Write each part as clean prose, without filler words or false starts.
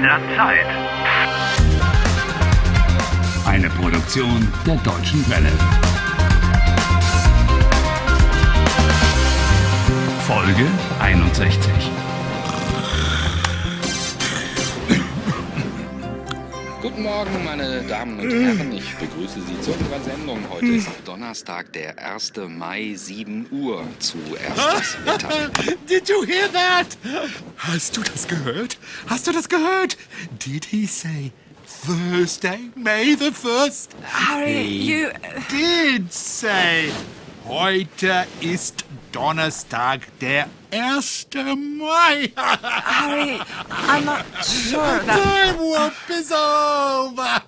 der Zeit. Eine Produktion der Deutschen Welle. Folge 61. Guten Morgen, meine Damen und Herren. Ich begrüße Sie zu unserer Sendung. Heute ist Donnerstag, der 1. Mai, 7 Uhr. Zuerst das Wetter. Did you hear that? Hast du das gehört? Hast du das gehört? Did he say Thursday, May the 1st? Harry, you... Did say. Heute ist Donnerstag, der 1. Mai. Harry, I'm not sure that... Time warp is over.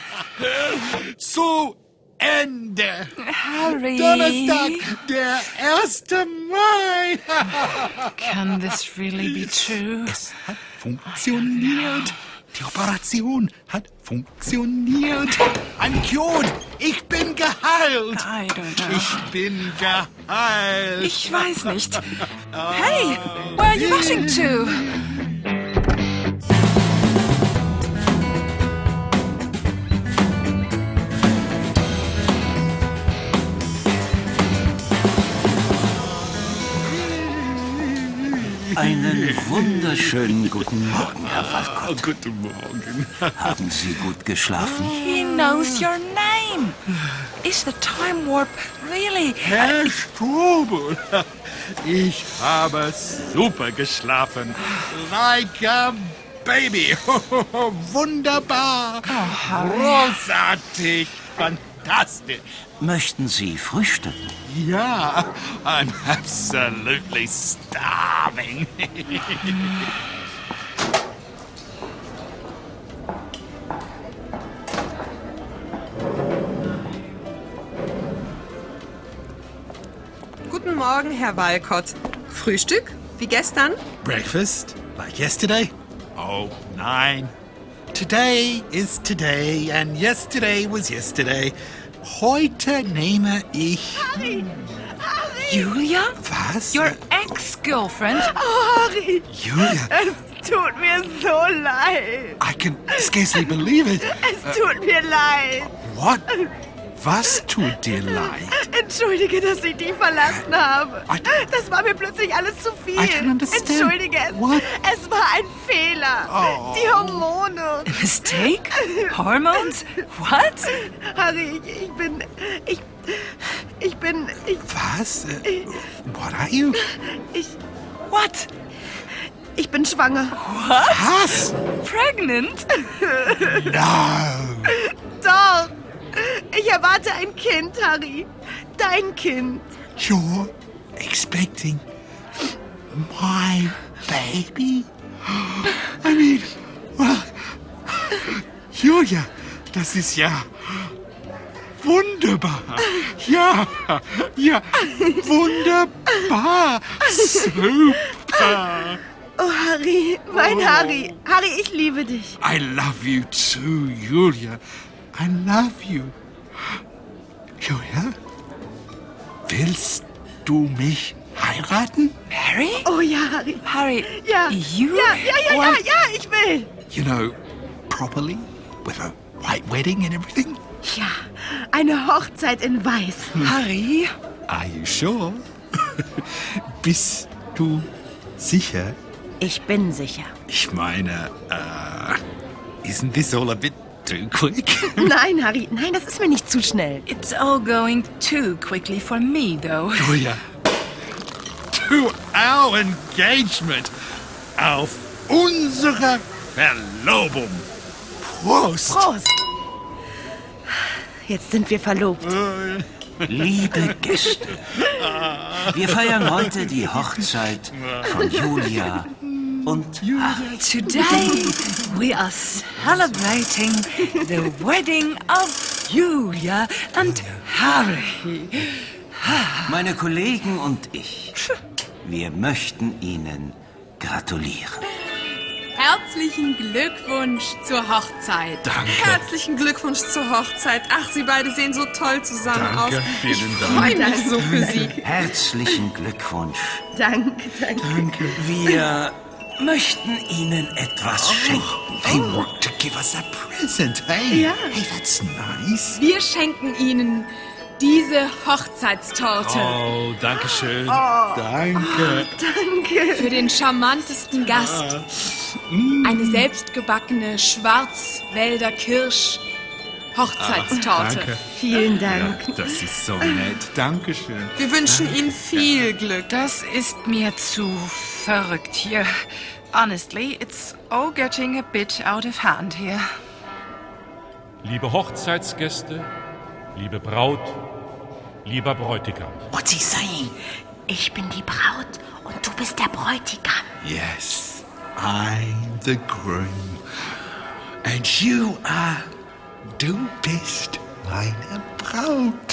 Zu Ende. Harry... Donnerstag, der 1. Mai. Can this really be true? Es hat funktioniert. Die Operation hat funktioniert. I'm cured. Ich bin geheilt. I don't know. Ich bin geheilt. Ich weiß nicht. Hey, where are you rushing to? Einen wunderschönen guten Morgen, Herr Walcott. Guten Morgen. Haben Sie gut geschlafen? He knows your name. Is the time warp really... Herr Strobel, ich habe super geschlafen. Like a baby. Wunderbar. Großartig. Fantastisch. Möchten Sie frühstücken? Ja, I'm absolutely starving. Guten Morgen, Herr Walcott. Frühstück? Wie gestern? Breakfast? Like yesterday? Oh, nein. Today is today and yesterday was yesterday. Heute nehme ich... Julia? Was? Your ex-girlfriend? Harry, Julia, es tut mir so leid. I can scarcely believe it. Es tut mir leid. What? Was tut dir leid? Entschuldige, dass ich dich verlassen habe. I- Das war mir plötzlich alles zu viel. I can understand. Entschuldige, What? es war ein Fehler. Oh. Die Hormone. Mistake? Hormones? What? Harry, ich bin... Was? What are you? What? Ich bin schwanger. Was? Pregnant? No. Doch. Ich erwarte ein Kind, Harry. Dein Kind. You're expecting my baby? I mean, well, Julia, das ist ja wunderbar. Ja, wunderbar. Super. Oh, Harry, mein Harry. Harry, ich liebe dich. I love you too, Julia. I love you. Julia, willst du mich heiraten? Harry? Oh ja, Harry. Harry, Ja. you Ja, want... ich will. You know, properly, with a white wedding and everything? Ja, eine Hochzeit in Weiß. Harry? Are you sure? Bist du sicher? Ich bin sicher. Ich meine, isn't this all a bit too quick? Nein, Harry, nein, das ist mir nicht zu schnell. It's all going too quickly for me, though. Julia, to our engagement, auf unsere Verlobung. Prost! Prost. Jetzt sind wir verlobt. Liebe Gäste, wir feiern heute die Hochzeit von Julia und Harry. Today, we are celebrating the wedding of Julia and Harry. Meine Kollegen und ich, wir möchten Ihnen gratulieren. Herzlichen Glückwunsch zur Hochzeit. Danke. Herzlichen Glückwunsch zur Hochzeit. Ach, Sie beide sehen so toll zusammen Danke, aus. vielen Ich Dank. freue mich so für Sie. Herzlichen Glückwunsch. Danke. Wir möchten Ihnen etwas schenken. They want to give us a present, hey? Ja. Hey, that's nice. Wir schenken Ihnen diese Hochzeitstorte. Oh, danke schön. Danke. Danke. Für den charmantesten Gast. Eine selbstgebackene Schwarzwälder Kirsch Hochzeitstorte. Danke. Vielen Dank. Das ist so nett. Dankeschön. Wir wünschen Ihnen viel Glück. Das ist mir zu verrückt hier. Honestly, it's all getting a bit out of hand here. Liebe Hochzeitsgäste, liebe Braut, lieber Bräutigam. What's he saying? Ich bin die Braut und du bist der Bräutigam. Yes, I'm the groom. And you are... Du bist meine Braut.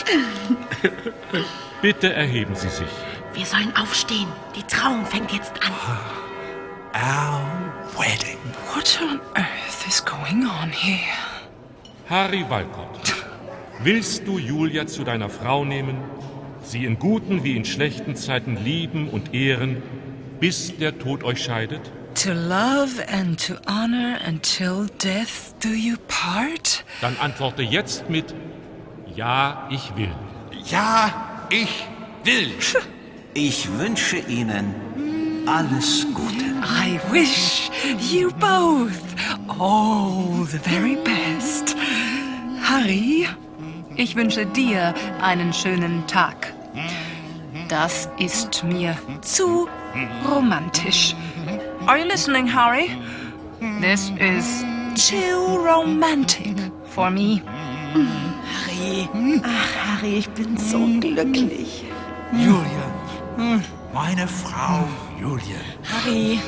Bitte erheben Sie sich. Wir sollen aufstehen. Die Trauung fängt jetzt an. Our wedding. What on earth is going on here? Harry Walcott, willst du Julia zu deiner Frau nehmen, sie in guten wie in schlechten Zeiten lieben und ehren, bis der Tod euch scheidet? To love and to honor until death do you part? Dann antworte jetzt mit Ja, ich will. Ja, ich will. Ich wünsche Ihnen alles Gute. I wish you both all the very best. Harry, ich wünsche dir einen schönen Tag. Das ist mir zu romantisch. Are you listening, Harry? This is too romantic for me. Harry. Ach, Harry, ich bin so glücklich. Julia, meine Frau Julia. Harry.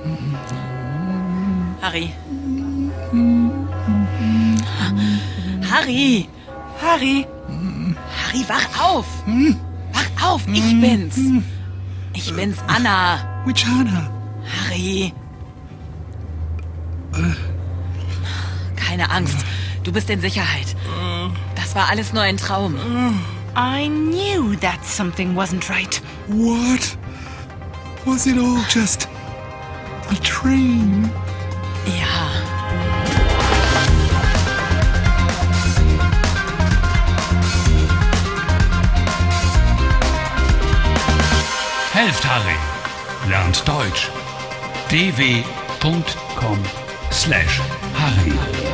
Harry. Harry. Harry. Harry, wach auf. Wach auf, ich bin's. Ich bin's, Anna. Which Anna? Harry. Keine Angst, du bist in Sicherheit. Das war alles nur ein Traum. I knew that something wasn't right. What? Was it all just a dream? Ja. Helft Harry. Lernt Deutsch. dw.com/Harry.